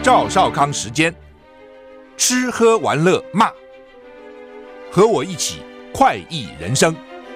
赵少康时间，吃喝玩乐骂，和我一起快意人生。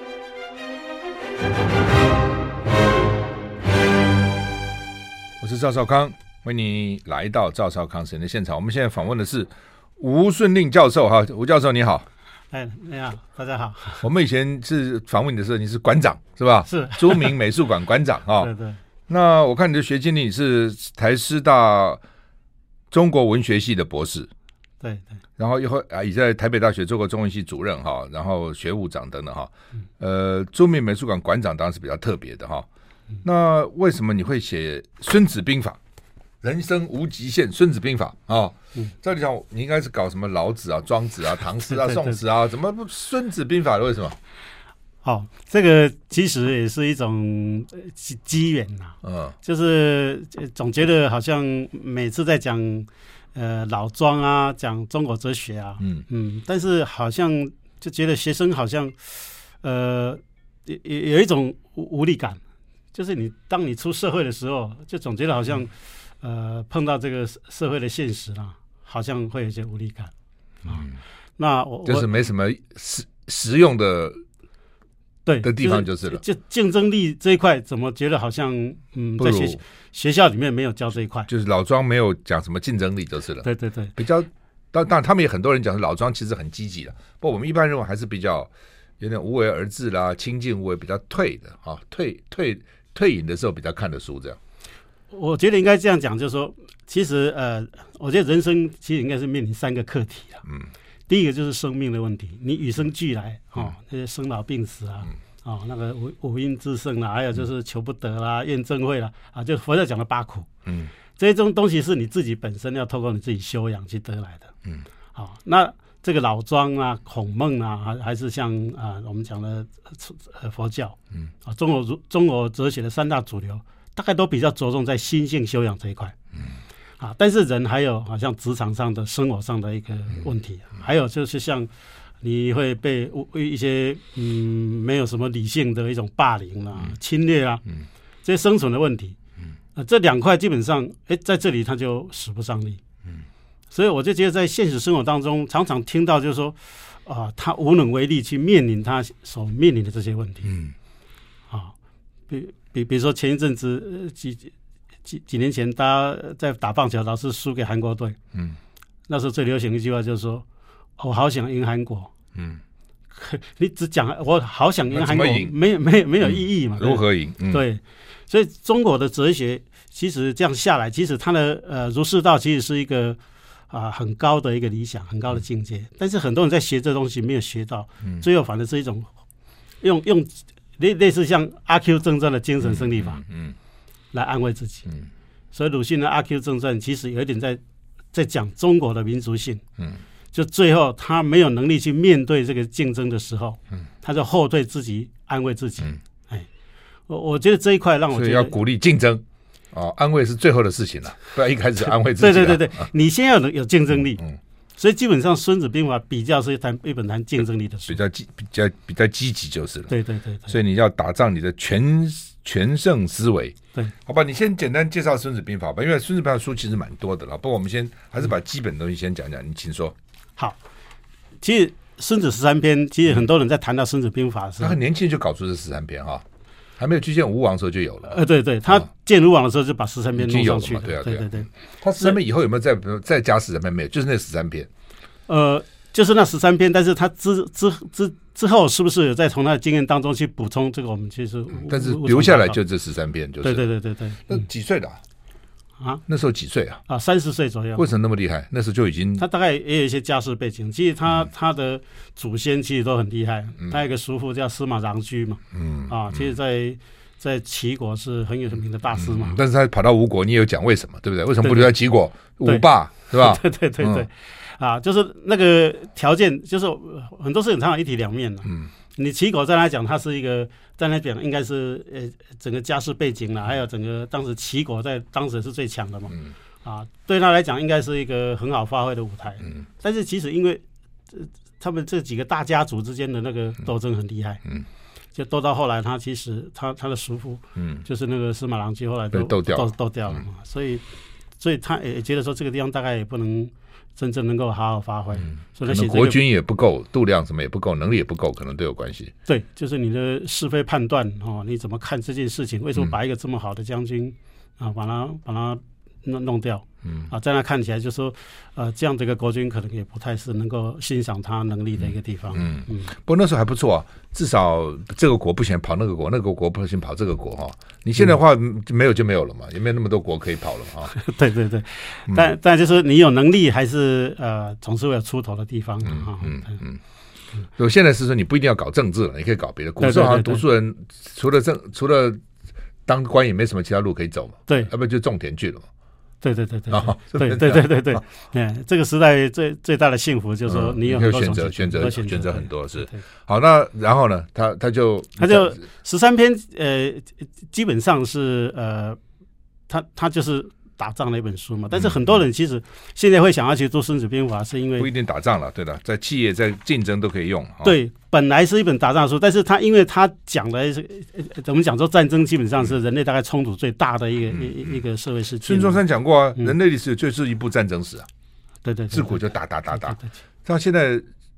我是赵少康，欢迎你来到赵少康时间的现场。我们现在访问的是吴顺令教授哈，吴教授你好。 你好，大家好。 我们以前是访问你的时候，你是馆长是吧？ 是朱明美术馆馆长啊。 对对。 那我看你的学经历，你是台师大中国文学系的博士， 对对。然后也在台北大学做过中文系主任哈，然后学务长等等哈。朱明美术馆馆长当然是比较特别的哈。那为什么你会写《孙子兵法》？人生无极限，《孙子兵法》啊，照理讲你应该是搞什么老子啊、庄子啊、唐诗啊、宋词啊，怎么《孙子兵法》为什么？ 这个其实也是一种机缘呐。就是总觉得好像每次在讲老庄啊，讲中国哲学啊，但是好像就觉得学生好像有一种无力感，就是当你出社会的时候，就总觉得好像碰到这个社会的现实啦，好像会有一些无力感。那我就是没什么实用的地方就是了。 就竞争力这一块，怎么觉得好像在学校里面没有教这一块， 就是老庄没有讲什么竞争力就是了。 对对对， 比较当然他们也很多人讲老庄其实很积极的，不过我们一般认为还是比较有点无为而治啦，清静无为，比较退的啊，退隐的时候比较看得书这样。 我觉得应该这样讲，就是说，其实我觉得人生其实应该是面临3个课题啦。第一个就是生命的问题，你与生俱来那些生老病死啊，那个五阴之盛啦，还有就是求不得啦、怨憎会啦，就佛教讲的8苦。这种东西是你自己本身要透过你自己修养去得来的。那这个老庄啊、孔孟啊，还是像我们讲的佛教，中国哲学的3大主流。大概都比较着重在心性修养这一块，但是人还有好像职场上的、生活上的一个问题，还有就是像你会被一些没有什么理性的一种霸凌啊、侵略啊，这些生存的问题，这2块基本上在这里他就使不上力，所以我就觉得在现实生活当中，常常听到就是说他无能为力去面临他所面临的这些问题，比如说前一阵子几年前，大家在打棒球，老是输给韩国队。那时候最流行一句话就是说：“我好想赢韩国。”你只讲我好想赢韩国，没有意义嘛？ 如何赢？ 对，所以中国的哲学其实这样下来，其实它的儒释道其实是一个很高的一个理想，很高的境界。但是很多人在学这东西没有学到，最后反正是一种用类似像阿 Q 正传的精神胜利法，来安慰自己。所以鲁迅的阿 Q 正传其实有一点在讲中国的民族性。就最后他没有能力去面对这个竞争的时候，他就后退自己，安慰自己。我觉得这一块让我觉得， 所以要鼓励竞争。安慰是最后的事情了，不然一开始安慰自己。 对，你先要有竞争力。所以基本上《孙子兵法》比较是一本谈竞争力的书， 比较积极就是了。 对。 所以你要打仗你的全胜思维。 对， 好吧，你先简单介绍《孙子兵法》吧，因为《孙子兵法》书其实蛮多的了。不过我们还是把基本的东西先讲讲。你请说。 好，其实《孙子13篇》，其实很多人在谈到《孙子兵法》的时候， 他很年轻就搞出这13篇哈。还没有去见吴王的时候就有了。 对，他见吴王的时候就把13篇弄上去了。对。 他13篇以后有没有再加13篇？没有，就是那13篇。 就是那13篇，但是他之后是不是有在从他的经验当中去补充这个？我们其实但是留下来就这13篇，就是。 对。 那几岁的那时候几岁啊 ？30岁左右。 为什么那么厉害？那时候就已经。 他大概也有一些家世背景，其实他的祖先其实都很厉害。他有一个叔父叫司马穰苴嘛，其实在齐国是很有名的大司马。 但是他跑到吴国，你也有讲为什么，对不对？为什么不留在齐国？吴霸是吧？ 对。就是那个条件，就是很多事情常常一体两面了。你齐国在来讲，它是一个在那边应该是整个家世背景啦，还有整个当时齐国在当时是最强的嘛。对他来讲应该是一个很好发挥的舞台。但是其实因为他们这几个大家族之间的那个斗争很厉害。就斗到后来，他其实他的叔父，就是那个司马穰苴，后来都斗掉了嘛。所以所以他也觉得说这个地方大概也不能真正能够好好发挥，所以可能国军也不够，度量什么也不够，能力也不够，可能都有关系。 对，就是你的是非判断你怎么看这件事情？为什么把一个这么好的将军把他弄掉？在那看起来就是说，这样的一个国军可能也不太是能够欣赏他能力的一个地方。 不过那时候还不错啊，至少这个国不行跑那个国，那个国不行跑这个国你现在的话没有就没有了嘛，也没有那么多国可以跑了对对对，但就是你有能力，还是总是会有出头的地方。 所以现在是说你不一定要搞政治了，你可以搞别的。古时候好像读书人除了当官也没什么其他路可以走嘛， 对， 要不然就种田去了嘛。 对，这个时代最大的幸福就是说你有很多选择很多是。好，那然后呢，他就 13篇基本上是他就是打仗的一本书嘛，但是很多人其实现在会想要去做《孙子兵法》，是因为不一定打仗了，对的，在企业在竞争都可以用。 对，本来是一本打仗书，但是因为他讲的我们讲说战争基本上是人类大概冲突最大的一个社会事件。 孙中山讲过啊，人类历史就是一部战争史啊。 对， 自古就打，到现在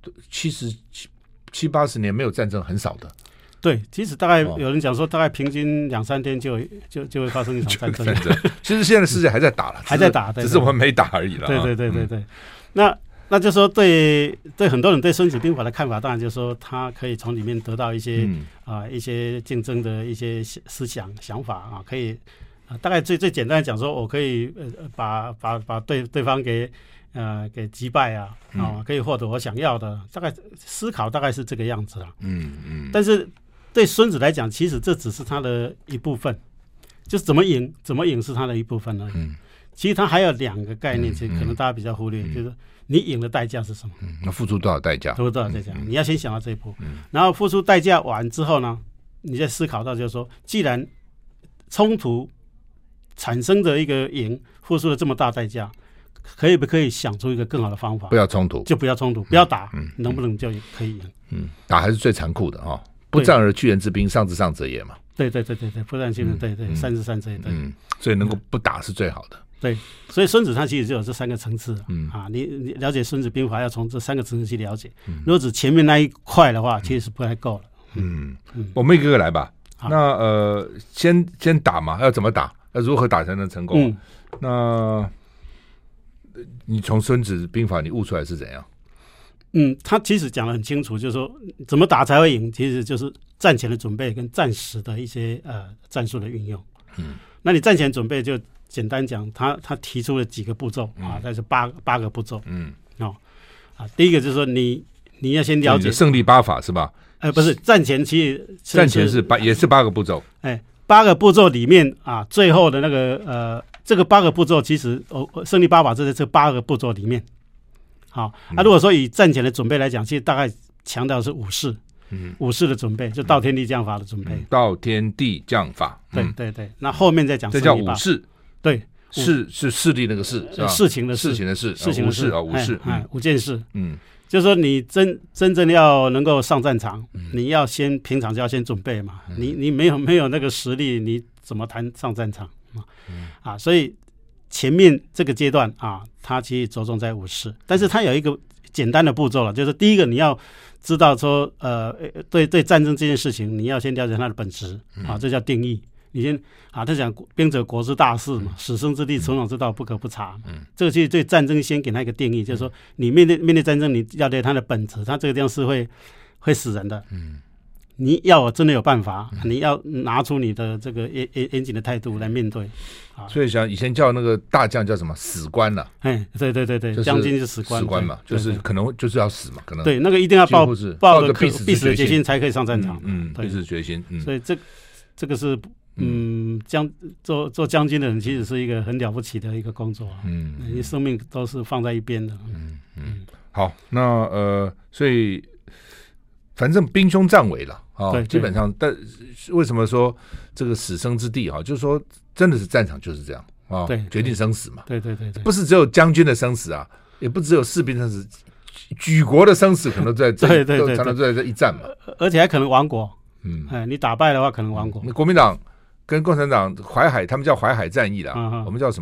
70、80年没有战争很少的。 对，其实大概有人讲说，大概平均2-3天就会发生一场战争。 其实现在的世界还在打了， 还在打， 只是我们没打而已了。 对。那就说对很多人对《孙子兵法》的看法，当然就是说他可以从里面得到一些一些竞争的一些思想法可以大概最简单的讲说，我可以把对方给击败可以获得我想要的，大概思考大概是这个样子但是对孙子来讲，其实这只是他的一部分，就是怎么赢是他的一部分而已。其实他还有2个概念，其实可能大家比较忽略，就是你赢的代价是什么？ 那付出多少代价？ 你要先想到这一步，然后付出代价完之后呢，你再思考到就是说，既然冲突产生的一个赢付出了这么大代价，可不可以想出一个更好的方法？ 不要冲突， 不要打，能不能就可以赢？ 打还是最残酷的不战而屈人之兵，上之上者也嘛。 对，不战屈人，对，善之善者也对。 所以能够不打是最好的。 对，所以孙子他其实就有这3个层次你了解孙子兵法要从这3个层次去了解。如果只前面那一块的话，其实是不太够了。 我们一个个来吧。那先打嘛，要怎么打？要如何打才能成功？那你从孙子兵法你悟出来是怎样？ 他其实讲得很清楚，就是说怎么打才会赢，其实就是战前的准备跟战时的一些战术的运用。那你战前准备就简单讲，他提出了几个步骤那是八个步骤。第一个就是说你要先了解胜利8法是吧？ 不是，战前战前是也是8个步骤。 8个步骤里面最后的那个这个8个步骤，其实胜利8法这8个步骤里面。好，如果说以战前的准备来讲，其实大概强调的是武士的准备，就道天地将法的准备。 道天地将法， 对，那后面再讲这叫武士。 对， 是势力那个势， 事情的事， 武士武士， 五件事。就是说你真正要能够上战场，你要平常就要先准备嘛。你没有那个实力，你怎么谈上战场所以前面这个阶段它其实着重在武士，但是它有一个简单的步骤了，就是第一个你要知道说对战争这件事情，你要先了解它的本质这叫定义。你先他讲兵者国之大事嘛，始生之地，存亡之道，不可不察。这个其实对战争先给他一个定义，就是说你面对战争，你要了解它的本质，它这个地方是会死人的。你要真的有办法，你要拿出你的这个严谨的态度来面对。 所以像以前叫那个大将叫什么死官了。 对，将军是死官嘛，就是可能就是要死嘛，可能对那个一定要抱着必死的决心才可以上战场。 必死决心。 所以这个是。做将军的人其实是一个很了不起的一个工作你生命都是放在一边的。 好，那所以反正兵凶战危了基本上，但为什么说这个死生之地就是说真的是战场就是这样决定生死嘛。 对， 不是只有将军的生死也不只有士兵生死，举国的生死可能在对常常在这一战嘛， 而且还可能亡国。你打败的话可能亡国。 国民党跟共产党淮海，他们叫淮海战役啦，我们叫什么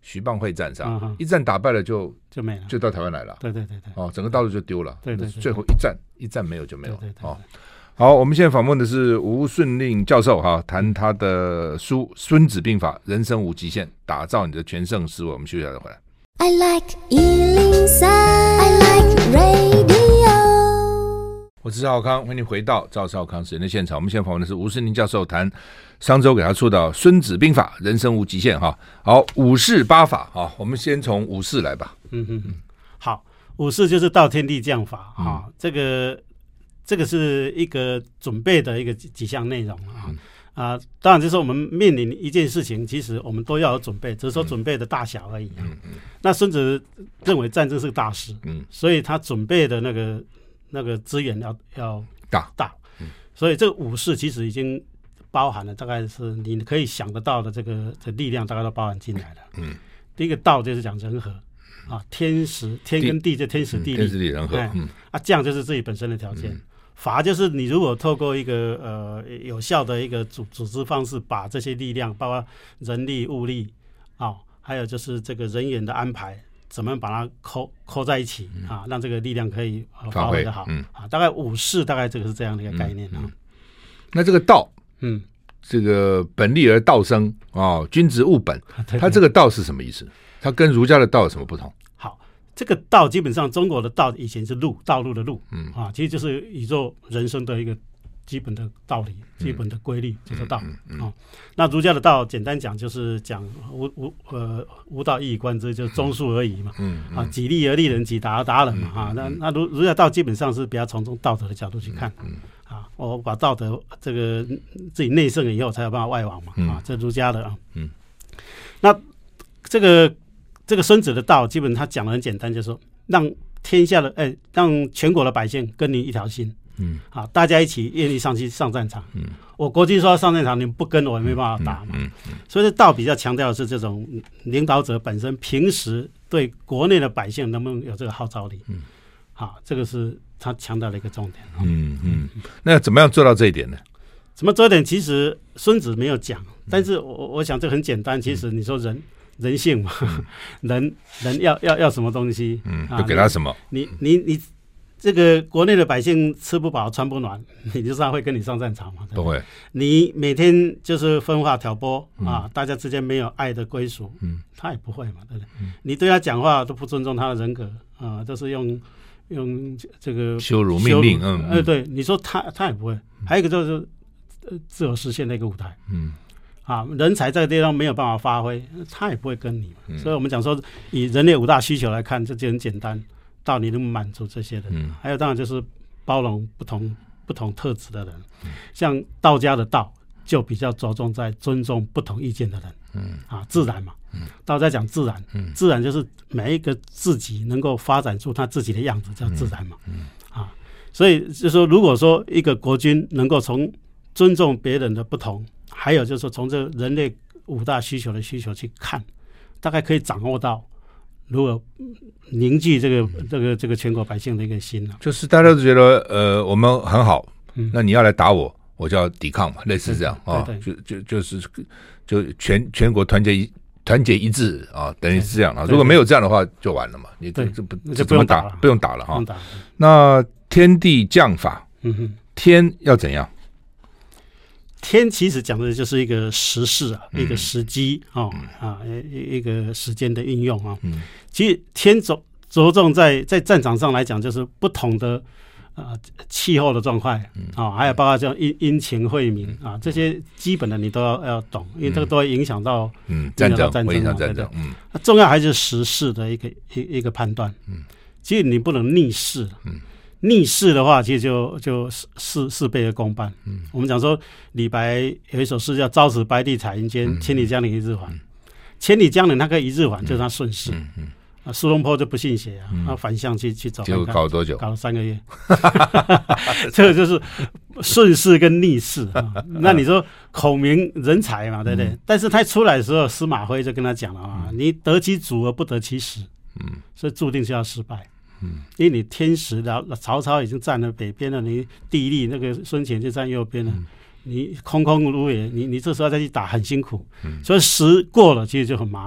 徐蚌会战上， 一战打败了就没了， 就到台湾来了。 对， 整个大陆就丢了。 对， 最后一战没有就没有。 对。 好，我们现在访问的是吴顺令教授谈他的书《孙子兵法》，人生无极限，打造你的全盛思维。我们休息一下再回来。 I like 103, I like radio。 我是赵少康，欢迎你回到赵少康时间的现场。我们现在访问的是吴顺令教授，谈上周给他出的《孙子兵法》，人生无极限。好，五事八法。我们先从五事来吧。 好，五事就是道天地将法。这个是一个准备的一个几项内容当然就是我们面临一件事情，其实我们都要有准备，只是说准备的大小而已。那孙子认为战争是个大事，所以他准备的那个资源要大，所以这个五事其实已经包含了，大概是你可以想得到的这力量，大概都包含进来了。第一个道就是讲人和天跟地就天时地利， 天时地利人和。 将就是自己本身的条件。法就是你如果透过一个有效的一个组织方式，把这些力量，包括人力、物力还有就是这个人员的安排，怎么把它扣在一起让这个力量可以发挥的好大概五事，大概这个是这样的一个概念那这个道，这个本立而道生君子务本，它这个道是什么意思？它跟儒家的道有什么不同？ 好，这个道基本上中国的道以前是路，道路的路其实就是宇宙人生的一个基本的道理，基本的规律就是道那儒家的道简单讲就是讲无道一以贯之，就是忠恕而已嘛己利而利人，己达而达人嘛那儒家道基本上是比较从道德的角度去看我把道德这个自己内圣以后才有办法外王嘛这儒家的那这个孙子的道基本他讲的很简单，就是说让天下的让全国的百姓跟你一条心大家一起愿意上战场我国军说要上战场，你们不跟我也没办法打嘛所以这道比较强调的是这种领导者本身平时对国内的百姓能不能有这个号召力这个是他强调的一个重点那怎么样做到这一点呢？ 怎么做一点？其实孙子没有讲，但是我想这很简单。其实你说人性嘛，人要什么东西就给他什么。 你这个国内的百姓吃不饱穿不暖，你就会跟你上战场嘛？ 不会。 你每天就是分化挑拨大家之间没有爱的归属，他也不会嘛，对不对？你对他讲话都不尊重他的人格都是用这个羞辱命令对，你说他也不会。还有一个就是自我实现的一个舞台人才在这地方没有办法发挥，他也不会跟你所以我们讲说以人类五大需求来看，这就很简单，到你能满足这些人还有当然就是包容不同特质的人像道家的道就比较着重在尊重不同意见的人自然嘛道家讲自然自然就是每一个自己能够发展出他自己的样子叫自然嘛所以就是说如果说一个国君能够从尊重别人的不同，还有就是说从这人类五大需求的需求去看，大概可以掌握到如何凝聚这个全国百姓的一个心就是大家都觉得我们很好那你要来打我就要抵抗嘛，类似这样就全国团结一致等于是这样如果没有这样的话就完了嘛，你就不用打了，不用打了那天地将法天要怎样？ 天其实讲的就是一个时势一个时机一个时间的运用其实天着重在战场上来讲，就是不同的气候的状态还有包括像阴晴晦明这些基本的你都要懂，因为这个都会影响到战争重要还是时势的一个判断其实你不能逆势逆势的话，其实就事倍而功半我们讲说李白有一首诗叫朝辞白帝彩云间，千里江陵一日还千里江陵它可以一日还就是它顺势苏东坡就不信邪他反向去走， 结果搞了多久？ 搞了3个月这个就是顺势跟逆势那你说孔明人才嘛，对不对但是他出来的时候司马徽就跟他讲了你得其主而不得其时所以注定是要失败因为你天时曹操已经占了北边了，你地利那个孙权就占右边了你空空如也，你这时候再去打很辛苦所以时过了其实就很麻烦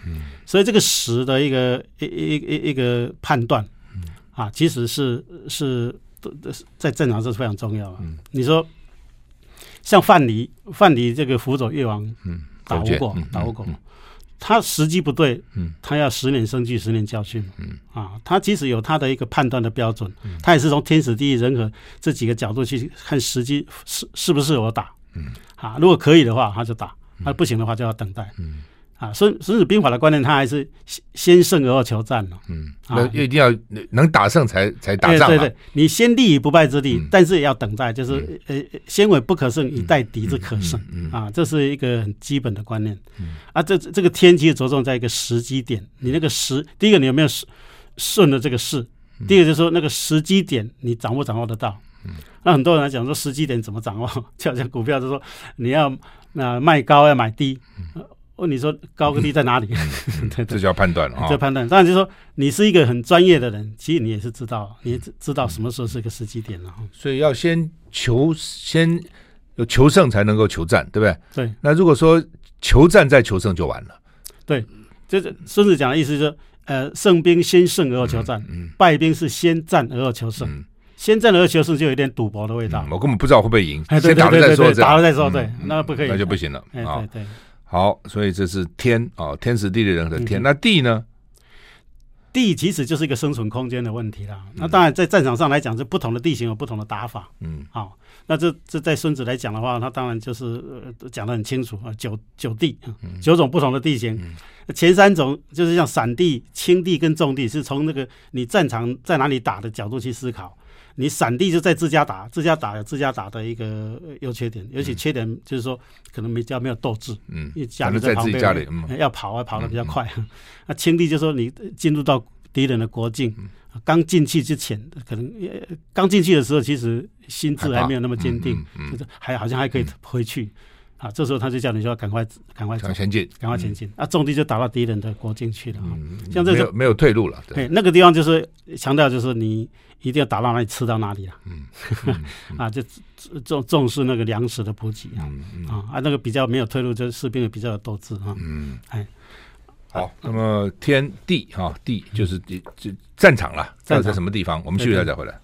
所以这个时的一个判断啊，其实是在战场是非常重要的。你说像范蠡这个辅佐越王打吴国，他时机不对，他要10年生聚10年教训，他其实有他的一个判断的标准，他也是从天时地利人和这几个角度去看时机是不是我打，如果可以的话他就打，不行的话就要等待。孙子兵法的观念，他还是先胜而后求战了。 那一定要能打胜才打仗。 对，你先立于不败之地，但是也要等待，就是先为不可胜，以待敌之可胜。这是一个很基本的观念。这个天其实着重在一个时机点，你那个第一个你有没有顺了这个势，第二个就是说那个时机点你掌握得到。那很多人来讲说时机点怎么掌握，就好像股票就说你要卖高要买低。问你说高跟低在哪里？对， 这叫判断了。 这判断，当然就是说你是一个很专业的人，其实你也是知道，你也知道什么时候是一个时机点了。 所以要先有求胜才能够求战，对不对？ 对。 那如果说求战再求胜就完了。 对，这孙子讲的意思就是胜兵先胜而后求战，败兵是先战而后求胜。先战而后求胜就有点赌博的味道。 我根本不知道会不会赢， 先打了再说。 打了再说，对，那不可以， 那就不行了。 对。 好，所以这是天天时地利人和的天。那地呢？ 地其实就是一个生存空间的问题啦。那当然在战场上来讲，这不同的地形有不同的打法。那这在孙子来讲的话，他当然就是讲得很清楚啊，九地，9种不同的地形。前3种就是像散地、轻地跟重地，是从那个你战场在哪里打的角度去思考。你散地就在自家打有自家打的一个优缺点，尤其缺点就是说可能比较没有斗志，因为家里在旁边，要跑得比较快。那轻地就是说你进入到敌人的国境，刚进去之前，可能刚进去的时候，其实心智还没有那么坚定，就是好像还可以回去。这时候他就叫你说赶快走， 前进， 赶快前进。重地就打到敌人的国境去了。像这种没有退路了。 对，那个地方就是强调，就是你一定要打到哪里吃到哪里了。就重视那个粮食的补给那个比较没有退路，就是士兵也比较有斗志好，那么天地地就是战场了，在什么地方？我们继续再回来。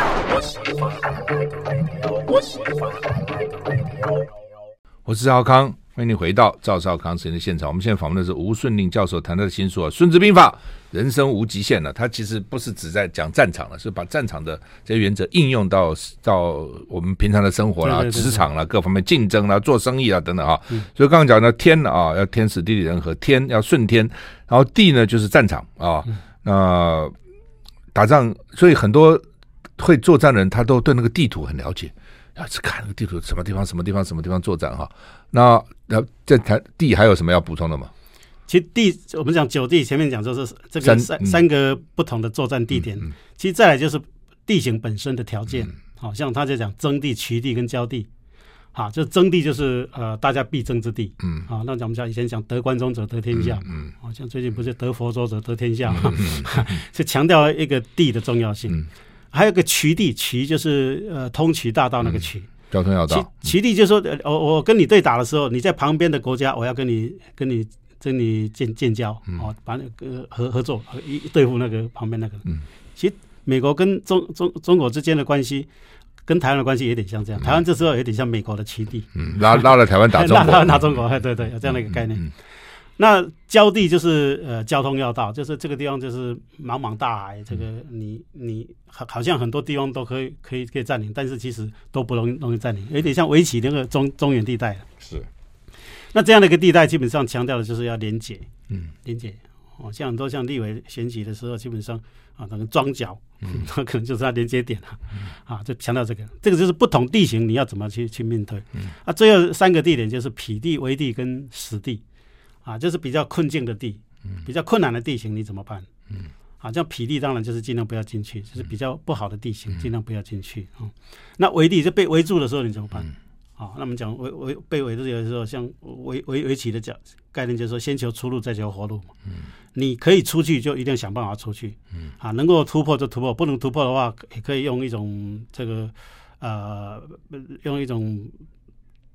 我是赵康，欢迎你回到赵少康时间的现场。我们现在访问的是吴顺令教授，谈他的新书《孙子兵法：人生无极限》了。他其实不是只在讲战场了，是把战场的这些原则应用到我们平常的生活啦、职场啦、各方面竞争啦、做生意啦等等所以刚刚讲的天要天时地利人和，天要顺天，然后地呢就是战场那打仗，所以很多会作战的人，他都对那个地图很了解。要去看那个地图，什么地方作战那在地还有什么要补充的吗？ 其实地我们讲9地，前面讲就是这个三个不同的作战地点。其实再来就是地形本身的条件。像他就讲征地、渠地跟交地。就征地就是大家必争之地。那我们讲以前讲得关中者得天下。像最近不是得佛州者得天下是强调一个地的重要性。还有个渠地，渠就是通衢大道那个渠， 交通要道。 渠地就是说，我跟你对打的时候，你在旁边的国家，我要跟你建交，把那个合作对付那个旁边那个。其实美国跟中国之间的关系，跟台湾的关系有点像这样。台湾这时候有点像美国的渠地， 拉了台湾打中国， 打中国，对，有这样的一个概念。那交地就是交通要道，就是这个地方就是茫茫大海，这个你好像很多地方都可以占领，但是其实都不容易占领，有点像围棋那个中原地带。 是。那这样的一个地带，基本上强调的就是要连结，像很多像立委选举的时候，基本上那个庄脚，那可能就是它连接点就强调这个就是不同地形你要怎么去面对。最后3个地点就是否地、围地跟实地。就是比较困境的地，比较困难的地形你怎么办？像否地当然就是尽量不要进去，就是比较不好的地形尽量不要进去。那围地就被围住的时候你怎么办？那我们讲被围住的时候，像围棋的概念就是说先求出路再求活路嘛。你可以出去就一定想办法出去。能够突破就突破，不能突破的话，也可以用一种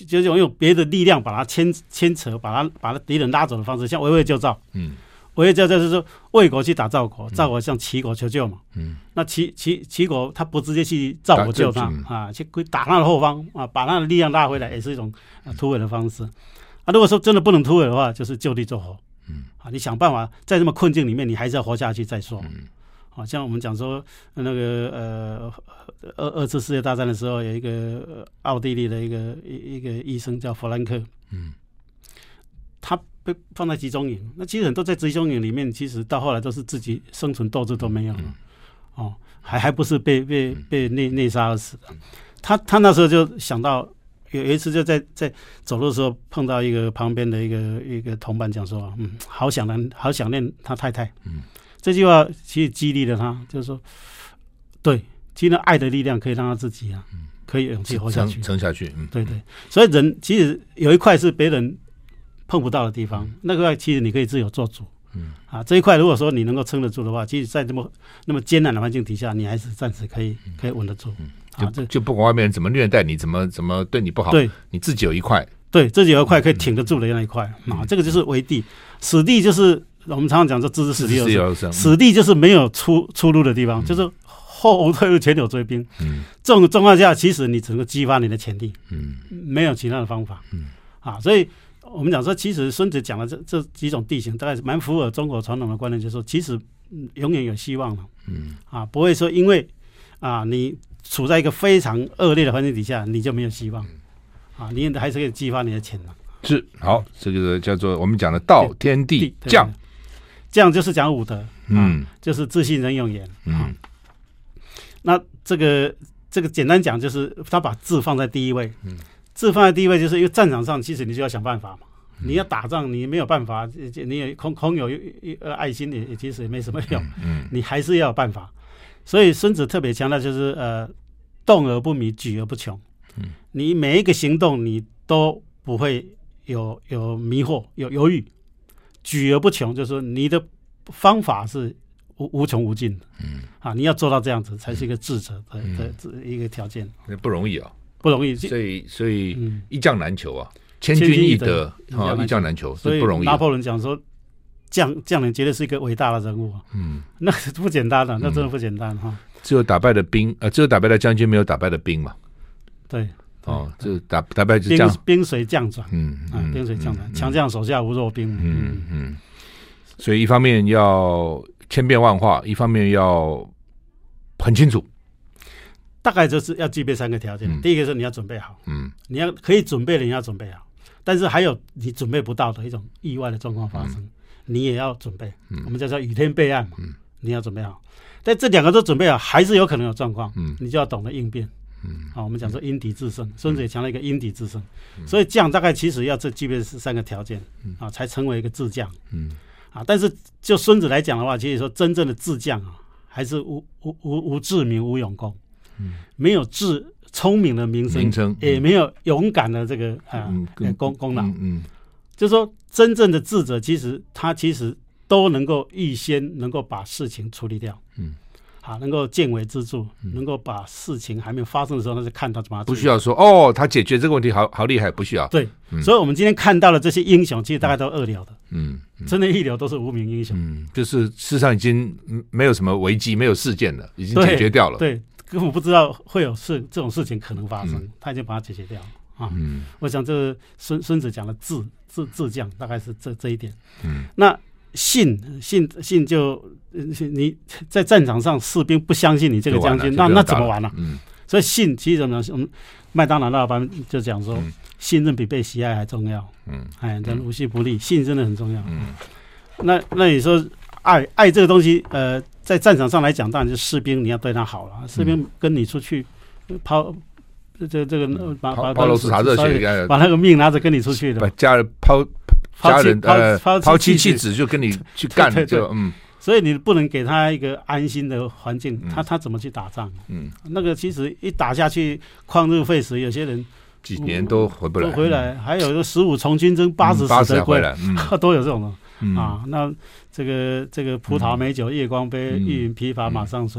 就是用别的力量把它牵扯，把敌人拉走的方式，像围魏救赵。围魏救赵就是说魏国去打赵国，赵国向齐国求救嘛。那齐国他不直接去赵国救他啊，去打他的后方啊，把他的力量拉回来，也是一种突围的方式。如果说真的不能突围的话，就是就地做活。你想办法在这么困境里面，你还是要活下去再说。像我们讲说那个二次世界大战的时候，有一个奥地利的一个医生叫弗兰克。他被放在集中营，那其实很多在集中营里面，其实到后来都是自己生存斗志都没有了。还不是被内杀而死的。他那时候就想到，有一次就在走路的时候碰到一个旁边的一个同伴讲说，好想念他太太。这句话其实激励了他，就是说，对，其实爱的力量可以让他自己可以有勇气活下去， 撑下去。 对，所以人其实有一块是别人碰不到的地方，那块其实你可以自由做主。这一块如果说你能够撑得住的话，其实在那么艰难的环境底下，你还是暂时可以稳得住。 就不管外面人怎么虐待你，怎么对你不好， 对， 你自己有一块， 对，自己有一块可以挺得住的那一块。这个就是为地，死地就是我们常常讲说置之死地而生，死地就是没有出路的地方，就是后无退路，前有追兵。这种状况下，其实你只能激发你的潜力，没有其他的方法。所以我们讲说，其实孙子讲的这几种地形，大概是蛮符合中国传统的观念，就是说，其实永远有希望了。不会说因为你处在一个非常恶劣的环境底下，你就没有希望。你还是可以激发你的潜能。 是好，这个叫做我们讲的道天地将。 将就是讲武德，就是自信仁勇严。那这个简单讲，就是他把智放在第一位。智放在第一位，就是因为战场上其实你就要想办法嘛。你要打仗，你没有办法，你也空有爱心，也其实也没什么用。你还是要有办法。所以孙子特别强调，就是动而不迷，举而不穷。你每一个行动，你都不会有迷惑，有犹豫。举而不穷，就是说你的方法是无穷无尽的。你要做到这样子，才是一个智者的一个条件。 不容易啊， 不容易。 所以一将难求啊，千军易得，一将难求，所以不容易。 拿破仑讲说，将领绝对是一个伟大的人物。那不简单的，那真的不简单哈。 只有打败的将军，没有打败的兵嘛。 对。 就打败就这样， 兵随将转。兵随将转，强将手下无弱兵。 所以一方面要千变万化，一方面要很清楚。 大概就是要具备3个条件。第一个是你要准备好，你要可以准备的，你要准备好。但是还有你准备不到的一种意外的状况发生，你也要准备。我们叫雨天备案嘛，你要准备好。但这2个都准备好，还是有可能有状况，你就要懂得应变。我们讲说因敌制胜，孙子也强调一个因敌制胜。所以将大概其实要具备3个条件才成为一个智将。但是就孙子来讲的话，其实说真正的智将还是无智名无勇功。没有聪明的名声，也没有勇敢的这个功劳。就是说真正的智者，他其实都能够预先能够把事情处理掉。能够见微知著，能够把事情还没有发生的时候，那就看到怎么。 不需要说他解决这个问题好厉害，不需要。 对，所以我们今天看到的这些英雄，其实大概都2流的。真的一流都是无名英雄。 就是事实上已经没有什么危机，没有事件了，已经解决掉了。 对，根本不知道会有这种事情可能发生，他已经把它解决掉了。我想这个孙子讲的智将，大概是这一点。那信就你在战场上士兵不相信你这个将军，那怎么玩呢？所以信其实怎么样？我们麦当劳老板就讲说，信任比被喜爱还重要。人无需不利，信真的很重要。那你说爱这个东西，在战场上来讲，当然就是士兵你要对他好了。士兵跟你出去抛这个把漏茶热血， 把那个命拿着跟你出去的， 把家人抛妻弃子就跟你去干， 所以你不能给他一个安心的环境，他怎么去打仗？那个其实一打下去，旷日费时，有些人几年都回不来， 还有一个15从军征80死得归来，都有这种的。那这个葡萄美酒夜光杯，玉云疲乏马上催。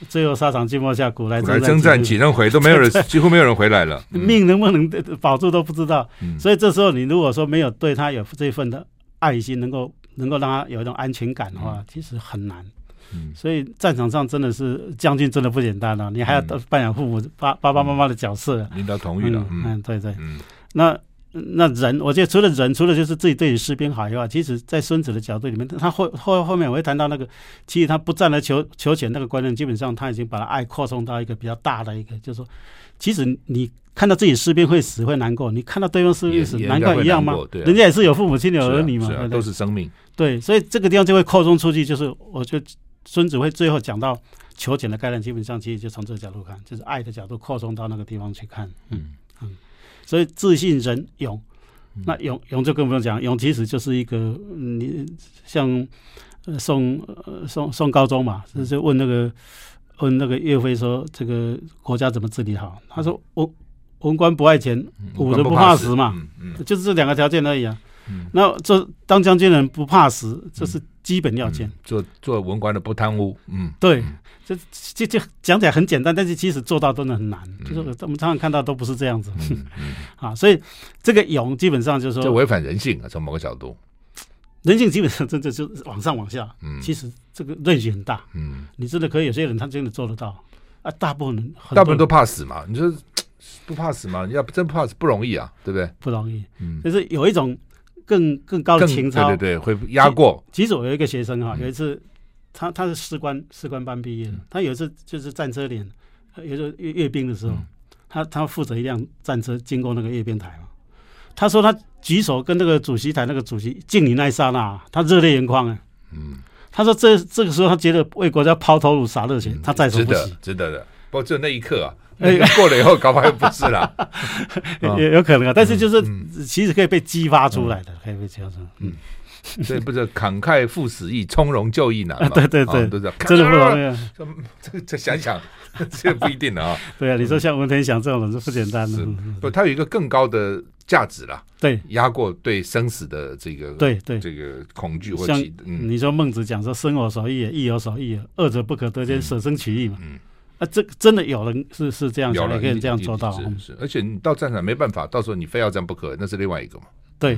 最后沙场静默下，古来征战几人回，都没有人，几乎没有人回来了。 命能不能保住都不知道。所以这时候你如果说没有对他有这份的爱心，能够让他有一种安全感的话，其实很难。所以战场上真的是将军真的不简单啊！你还要扮演父母、爸爸妈妈的角色， 领导统御了。 对。那人，我觉得除了就是自己对你士兵好以外，其实在孙子的角度里面，他后面我会谈到那个，其实他不战而求全那个观念，基本上他已经把爱扩充到一个比较大的一个，就是说，其实你看到自己士兵会死会难过，你看到对方士兵死难过一样吗？人家也是有父母亲有儿女嘛， 都是生命。 对，所以这个地方就会扩充出去，就是我觉得孙子会最后讲到求全的概念，基本上其实就从这个角度看，就是爱的角度扩充到那个地方去看。所以自信、仁、勇，那勇就更不用讲，勇其实就是一个你像宋高宗嘛，就是问那个岳飞说这个国家怎么治理好？他说文官不爱钱，武人不怕死嘛，就是这两个条件而已啊。那这当将军人不怕死，这是基本要件。 做文官的不贪污， 对，就讲起来很简单，但是其实做到真的很难。就是我们常常看到都不是这样子。所以这个勇基本上就是说， 这违反人性啊，从某个角度， 人性基本上真的就是往上往下。其实这个range很大。你真的可以，有些人他真的做得到啊，大部分人都怕死嘛。你说不怕死吗？你要真不怕死不容易啊，对不对？ 不容易。就是有一种更高的情操， 对，会压过。 其实我有一个学生有一次他是士官班毕业的，他有一次就是战车连，有时候阅兵的时候，他负责一辆战车经过那个阅兵台嘛。他说他举手跟那个主席台那个主席敬礼那一刹那，他热泪盈眶。他说这个时候他觉得为国家抛头颅洒热血，他在所不惜， 值得的。不过只有那一刻啊。过了以后搞不好又不是了。 也有可能啊，但是就是其实可以被激发出来的，可以被激发出来。 所以不是慷慨赴死易，从容就义难嘛。 对， 都是真的不容易啊。 这想想，这不一定的啊。 对啊，你说像文天祥这种人是不简单的。 不，他有一个更高的价值啦。 对， 压过对生死的这个这个恐惧或像你说孟子讲说生有所义，义有所义，二者不可得兼，舍生取义嘛。这真的有人是这样想，也可以这样做到。 是，而且你到战场没办法，到时候你非要这样不可，那是另外一个嘛。 对，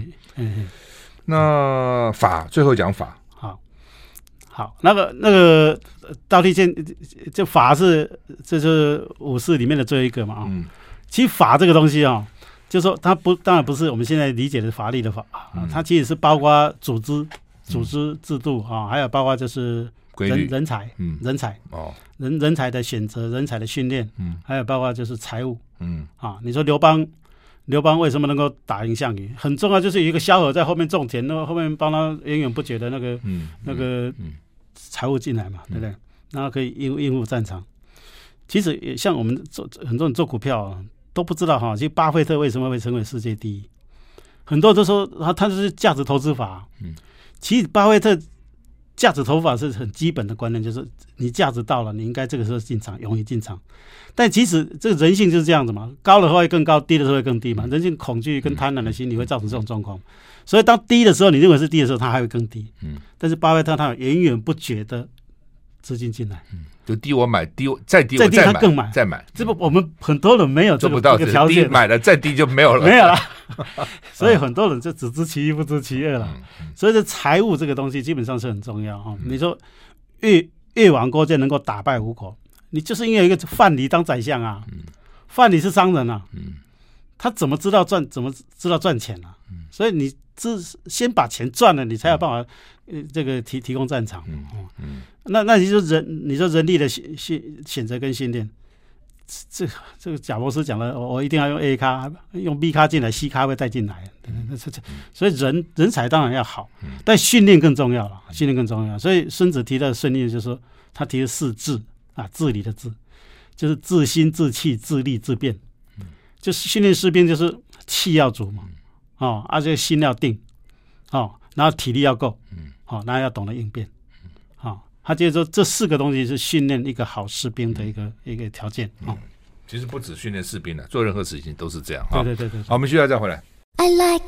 那法最后讲法， 好，那个道地剑，这法这是武士里面的最后一个嘛。其实法这个东西就说它当然不是我们现在理解的法律的法，它其实是包括组织制度还有包括就是人才，人才的选择，人才的训练，还有包括就是财务，你说刘邦为什么能够打赢项羽？很重要，就是有一个萧何在后面种田，那后面帮他源源不绝的那个财务进来嘛，对不对？然后可以应付战场。其实也像我们很多人做股票都不知道其实巴菲特为什么会成为世界第一？很多人都说他就是价值投资法。其实巴菲特价值投资法是很基本的观念，就是你价值到了，你应该这个时候进场，勇于进场。但其实这个人性就是这样子嘛，高的话会更高，低的时候会更低嘛。人性恐惧跟贪婪的心理会造成这种状况。所以当低的时候，你认为是低的时候，它还会更低。但是巴菲特他有源源不绝的资金进来。 就低我买，再低他更买， 再买。 这不我们很多人没有这个条件， 低买了再低就没有了， 没有了。所以很多人就只知其一不知其二了。所以这财务这个东西基本上是很重要你说越王勾践能够打败吴国，你就是因为有一个范蠡当宰相啊。范蠡是商人啊，他怎么知道赚钱啊？所以你先把钱赚了，你才有办法这个提供战场。那你说人力的选择跟训练，这个贾博士讲了，我一定要用 A 咖，用 B 咖进来，C 咖会带进来。所以人才当然要好，但训练更重要了，训练更重要。所以孙子提到的顺利，就是说他提的4治治理的治，就是自心、自气、自力、自变。就是训练士兵，就是气要足嘛，这个心要定，然后体力要够，然后要懂得应变，他觉得说这4个东西是训练一个好士兵的一个条件。 其实不止训练士兵了，做任何事情都是这样。 对。 好，我们需要再回来。 I like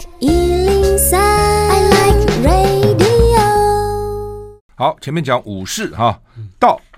103, I like radio。 好，前面讲武士道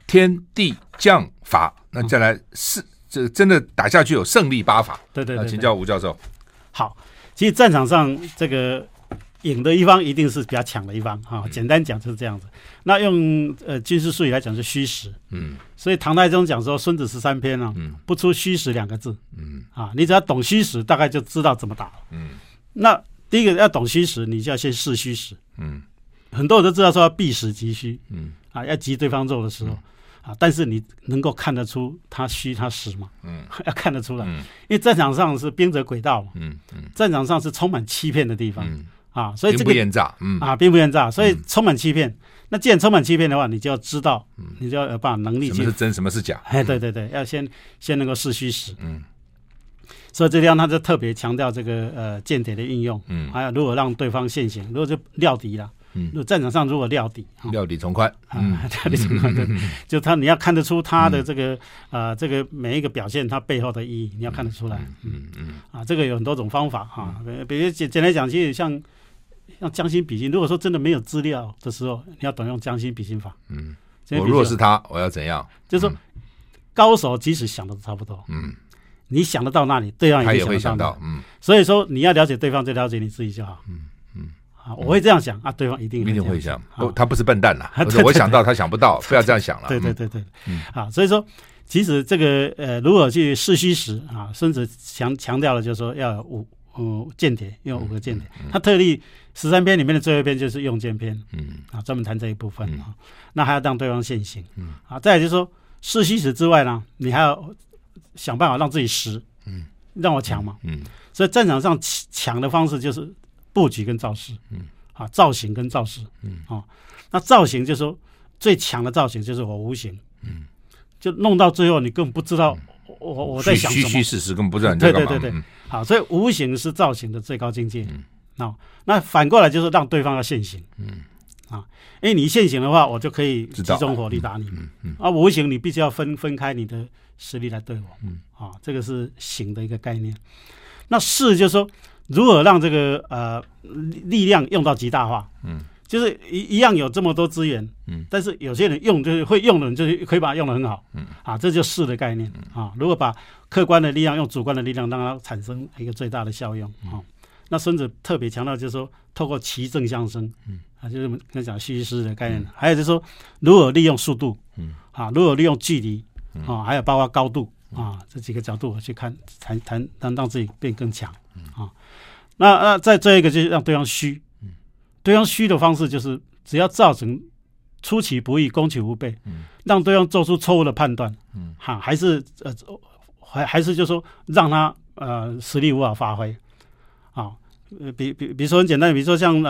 天地将法，那再来这个真的打下去有胜利八法。 对， 请教吴教授。 好，其实战场上这个赢的一方一定是比较强的一方简单讲就是这样子。那用军事术语来讲是虚实。所以唐太宗讲说《孙子13篇》不出虚实2个字。你只要懂虚实，大概就知道怎么打了。那第一个要懂虚实，你就要先试虚实。很多人都知道说要避实击虚。要击对方肉的时候。但是你能够看得出他虚他实吗？要看得出来。因为战场上是兵者诡道嘛。战场上是充满欺骗的地方。所以这个兵不厌诈。兵不厌诈，所以充满欺骗。那既然充满欺骗的话，你就要知道，你就要有把能力去。 什么是真，什么是假？ 对，要先能够试虚实。所以这地方他就特别强调这个间谍的运用。还有如何让对方现形，如果就料敌了。如果战场上如果料敌， 料敌从宽。 料敌从宽，对，就你要看得出他的这个这个每一个表现，他背后的意义，你要看得出来。这个有很多种方法比如简单讲，其实像将心比心，如果说真的没有资料的时候，你要懂用将心比心法。 我如果是他，我要怎样？ 就是说，高手即使想的差不多，你想得到那里，对方也会想到。 所以说你要了解对方，就了解你自己就好。我会这样想对方一定会想。他不是笨蛋啦，我想到他想不到，不要这样想了。 对。所以说，其实这个如果去试虚实孙子强调了，就是说要有间谍，用5个间谍。他特地13篇里面的最后一篇就是用间篇。专门谈这一部分。那还要让对方现形。再来就是说，试虚实之外呢，你还要想办法让自己实。让我强嘛。所以战场上强的方式就是布局跟造势。造型跟造势。那造型就是说最强的造型就是我无形。就弄到最后你根本不知道我在想什么， 虚实实根本不知道你在干嘛。 对。好，所以无形是造型的最高境界。那反过来就是让对方要现形。因为你现形的话，我就可以集中火力打你。无形你必须要分开你的实力来对我。这个是形的一个概念。那势就是说如何让这个力量用到极大化。就是一样有这么多资源。但是有些人用就是会用的人就是可以把它用得很好。这就是势的概念。如果把客观的力量用主观的力量让它产生一个最大的效用。那孙子特别强调就是说透过其正相生。就是我们刚才讲虚实的概念。还有就是说如何利用速度。如何利用距离。还有包括高度。这几个角度我去看谈让自己变更强。那再最后一个就是让对方虚。对方虚的方式就是只要造成出其不意攻其无备。让对方做出错误的判断。还是就是说让他实力无法发挥。比如说很简单，比如说像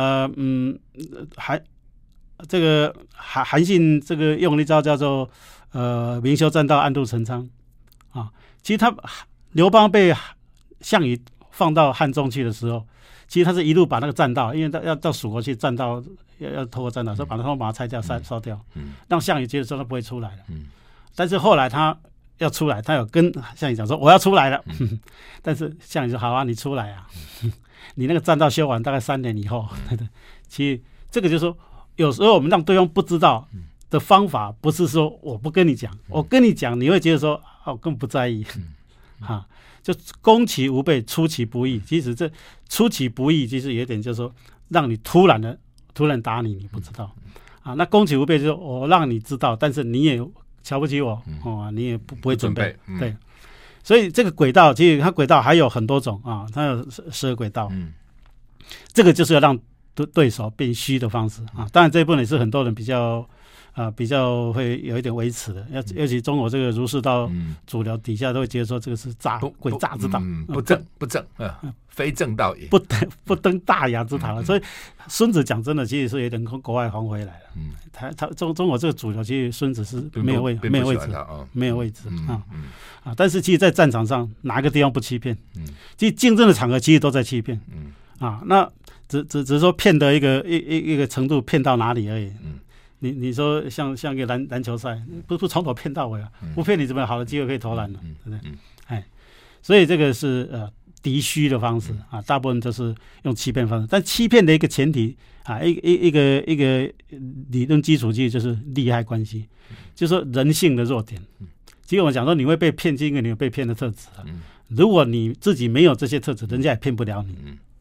这个韩信这个用了一招叫做明修栈道，暗度陈仓。其实刘邦被项羽放到汉中去的时候，其实他是一路把那个栈道，因为他要到蜀国去栈道，要透过栈道，所以把它拆掉烧掉。让项羽觉得说他不会出来了。但是后来他要出来，他有跟项羽讲说我要出来了。但是项羽说好啊，你出来啊。你那个栈道修完大概3年以后。其实这个就是说有时候我们让对方不知道的方法，不是说我不跟你讲，我跟你讲你会觉得说我根本不在意。就攻其无备，出其不意。其实这出其不意其实有点就是说让你突然打你不知道。那攻其无备就是我让你知道，但是你也瞧不起我。你也不会准备。对。所以这个轨道其实它轨道还有很多种。它有12轨道。这个就是要让对手变虚的方式。当然这一部分也是很多人比较会有一点维持的。尤其中国这个儒释道主流底下都会觉得说这个是诡诈之道。 不正非正道也， 不登大雅之堂。所以孙子讲真的其实是有点从国外还回来了。他中国这个主流其实孙子是没有位置。没有位置。但是其实在战场上哪个地方不欺骗？其实竞争的场合其实都在欺骗。那只是说骗的一个程度，骗到哪里而已。你说像一个篮球赛，不从头骗到尾不骗你怎么有好的机会可以投篮呢？对不对？所以这个是敌虚的方式啊，大部分都是用欺骗方式。但欺骗的一个前提啊，一个理论基础就是利害关系，就是说人性的弱点。其实我讲说你会被骗，是因为你有被骗的特质啊。如果你自己没有这些特质，人家也骗不了你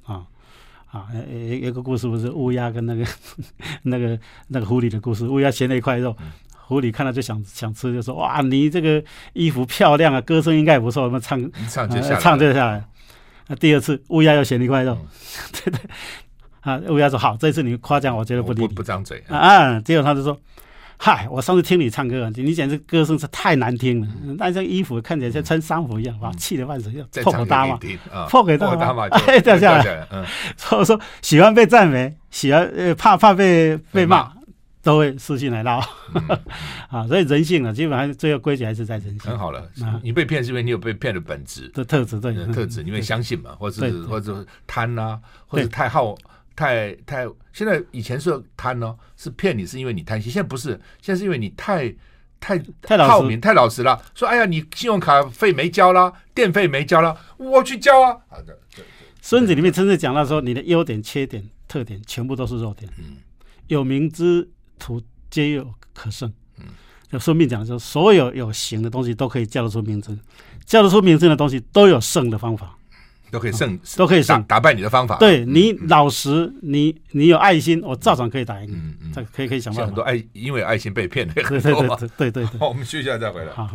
一个故事不是乌鸦跟那个狐狸的故事，乌鸦衔了一块肉。狐狸看到就想吃，就说：“哇，你这个衣服漂亮啊，歌声应该也不错，我们唱就下来。”那第二次乌鸦又衔了一块肉，对对，乌鸦说：“好，这次你夸奖我，绝对不理你， 不张嘴结果他就说：“嗨，我上次听你唱歌，你讲这歌声是太难听了，但这衣服看起来像穿丧服一样，哇，气得半死，破口大骂，破口大骂，掉下来。所以说喜欢被赞美，喜欢怕被骂。”都会失信来闹所以人性呢，基本上最后归结还是在人性。 很好了，你被骗是因为你有被骗的本质的特质，对特质，因为相信嘛，或者贪啊，或者太，现在以前是贪哦，是骗你是因为你贪心，现在不是，现在是因为你太好名太老实了，说哎呀你信用卡费没交啦，电费没交啦，我去交啊。 孙子里面真正讲到说你的优点、缺点、特点全部都是弱点，有名之徒皆有可胜。就顺便讲说，所有有形的东西都可以叫得出名字，叫得出名字的东西都有胜的方法， 都可以胜，打败你的方法。 对，你老实，你有爱心，我照常可以打赢你。这可以想办法。 很多因为爱心被骗的很多嘛。对。 好，我们休息一下再回来。好。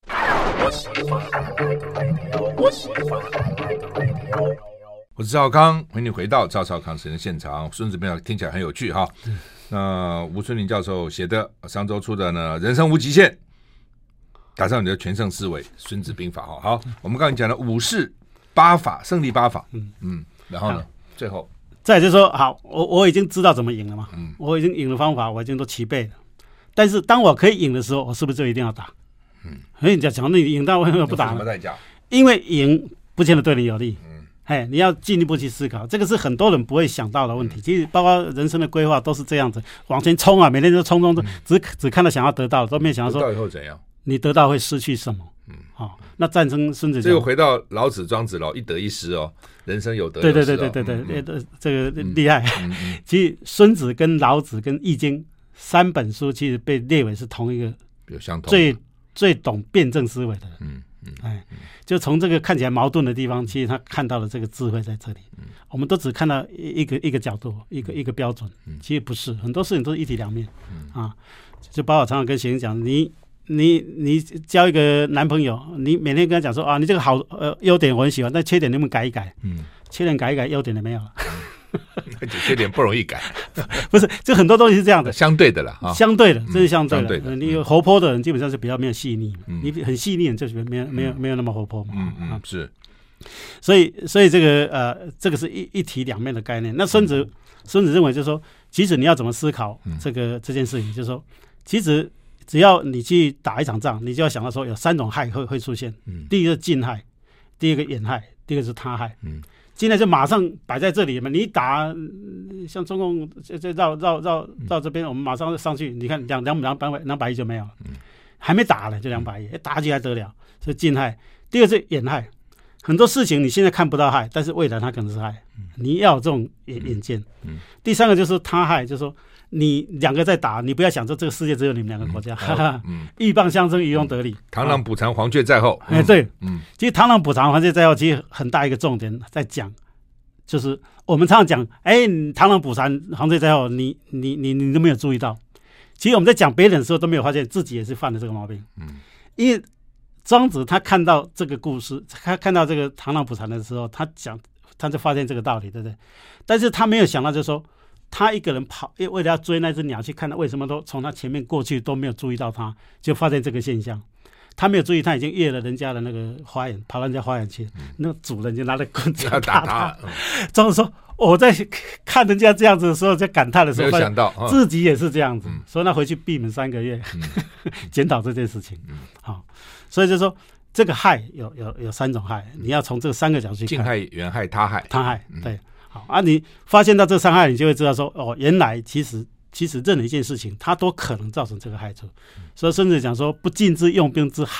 我是赵康，欢迎你回到赵少康时间现场。孙子兵法听起来很有趣哈。那吴春林教授写的，上周出的呢《人生无极限》，打上你的全胜思维，孙子兵法哈。好，我们刚才讲了武士8法，胜利8法。然后呢，最后再就是说，好，我已经知道怎么赢了嘛。我已经赢的方法，我已经都齐备了。但是当我可以赢的时候，我是不是就一定要打？所以你讲那你赢到为什么不打？ 什么代价？ 因为赢不见得对你有利。你要进一步去思考，这个是很多人不会想到的问题。其实包括人生的规划都是这样子，往前冲啊，每天就冲，只看到想要得到，都没有想到说得到以后怎样， 你得到会失去什么。那战争孙子这个回到老子庄子一得一失哦，人生有得有失。 对，这个厉害。其实孙子跟老子跟易经3本书其实被列为是同一个有相同最懂辩证思维的人。就从这个看起来矛盾的地方，其实他看到了这个智慧在这里。我们都只看到一个角度，一个标准，其实不是，很多事情都是一体两面。就包括我常常跟学生讲，你交一个男朋友，你每天跟他讲说啊，你这个好优点我很喜欢，但缺点能不能改一改？缺点改一改，优点就没有了。 缺点不容易改， 不是，就很多东西是这样的， 相对的了啊， 相对的，这是相对的。你有活泼的人，基本上是比较没有细腻，你很细腻的人就没有那么活泼嘛。 是。 所以这个是一体两面的概念。那孙子认为就是说，其实你要怎么思考这件事情，就是说，其实只要你去打一场仗，你就要想到说有3种害会出现。第一个是近害，第二个远害，第二个是他害。现在就马上摆在这里嘛，你打像中共这绕这边，我们马上上去，你看200亿就没有了，还没打呢就200亿，打起来得了，是近害。第二是远害，很多事情你现在看不到害，但是未来它可能是害，你要有这种眼见。第3个就是他害，就是说你2个在打，你不要想说这个世界只有你们2个国家，鹬蚌相争，渔翁得利。 螳螂捕蝉，黄雀在后。 对，其实螳螂捕蝉，黄雀在后，其实很大一个重点在讲，就是我们常常讲，螳螂捕蝉，黄雀在后，你都没有注意到。其实我们在讲别人的时候都没有发现自己也是犯了这个毛病。因为庄子他看到这个故事，他看到这个螳螂捕蝉的时候，他就发现这个道理，对不对？但是他没有想到，就是说他一个人跑，为了要追那只鸟去看他为什么都从他前面过去都没有注意到他，就发现这个现象。他没有注意，他已经越了人家的那个花园，跑到人家花园去，那个主人就拿着棍子要打他。庄子说：“我在看人家这样子的时候，在感叹的时候， 没有想到自己也是这样子，所以他回去闭门3个月，检讨这件事情。好，所以就说这个害有3种害，你要从这3个角度去看： 近害、远害、他害。 对，好啊，你发现到这3害，你就会知道说，原来其实任何一件事情，它都可能造成这个害处。所以孙子讲说，不敬之用兵之害，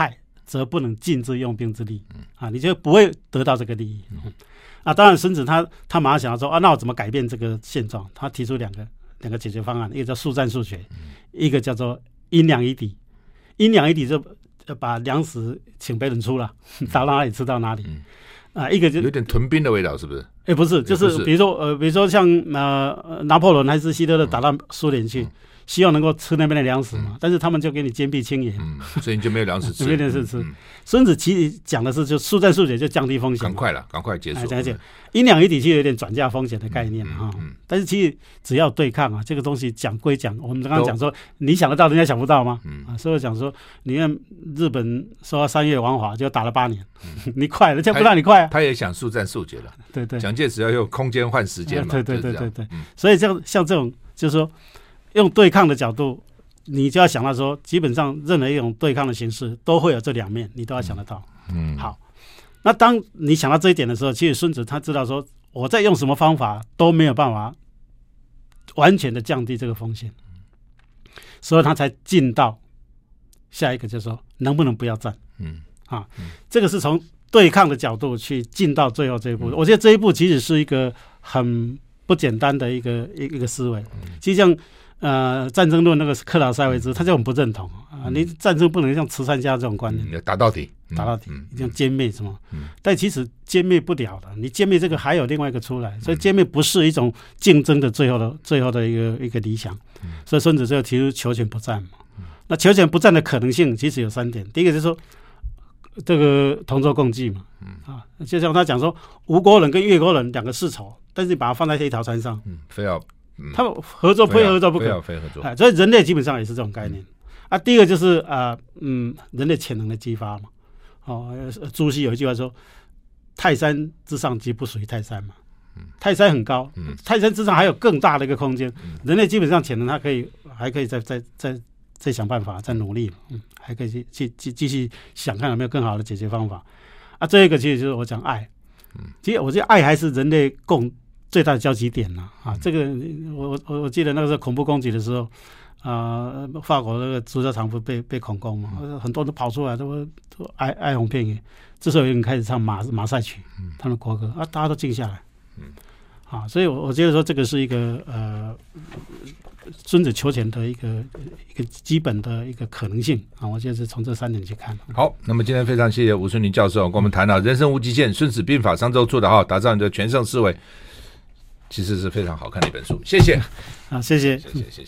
则不能禁之用兵之利，你就不会得到这个利益。当然孙子他马上想要说那我怎么改变这个现状？他提出两个解决方案，一个叫速战速决，一个叫做因粮以抵。因粮以抵就把粮食请别人出了，到哪里吃到哪里。一个就有点屯兵的味道，是不是？ 不是，就是比如说像拿破仑还是希特勒打到苏联去，希望能够吃那边的粮食嘛，但是他们就给你坚壁清野， 所以你就没有粮食吃， 没有粮食吃。孙子其实讲的是就速战速决，就降低风险， 赶快结束。 因粮以抵其实有点转嫁风险的概念但是其实只要对抗这个东西讲归讲，我们刚刚讲说你想得到，人家想不到吗？所以我讲说，你看日本说3月亡华就打了8年，你快，人家不让你快他也想速战速决了， 对， 蒋介石要用空间换时间嘛， 对，所以像这种就是说用对抗的角度。你就要想到说，基本上任何一种对抗的形式都会有这两面，你都要想得到。好，那当你想到这一点的时候，其实孙子他知道说，我在用什么方法都没有办法完全的降低这个风险，所以他才进到下一个，就是说能不能不要战。这个是从对抗的角度去进到最后这一步。我觉得这一步其实是一个很不简单的一个思维。其实像战争论那个克劳塞维兹他就很不认同你战争不能像慈善家这种观念， 打到底， 一定要歼灭什么？但其实歼灭不了的，你歼灭这个还有另外一个出来，所以歼灭不是一种竞争的最后的一个理想。所以孙子就提出求全不战嘛。那求全不战的可能性其实有3点，第一个就是说这个同舟共济嘛，就像他讲说吴国人跟越国人2个世仇，但是你把它放在一条船上，非要。他们合作非合作不可， 非合作。 所以人类基本上也是这种概念。第一个就是人类潜能的激发嘛。朱熹有一句话说：“泰山之上即不属于泰山嘛。”泰山很高，泰山之上还有更大的一个空间。人类基本上潜能，它还可以再想办法，再努力，还可以去继续想看有没有更好的解决方法。这一个其实就是我讲爱。其实我觉得爱还是人类最大的交集点这个我记得那个时候恐怖攻击的时候，法国那个朱家长夫被恐攻嘛，很多人都跑出来都哀鸿遍野。这时候有人开始唱马赛曲，他们国歌大家都静下来。所以我觉得说这个是一个孙子求全的一个基本的一个可能性我觉得是从这3点去看。 好，那么今天非常谢谢吴春林教授跟我们谈到人生无极限，孙子兵法商周做的打造你的全胜思维。其实是非常好看的一本书，谢谢。 谢谢。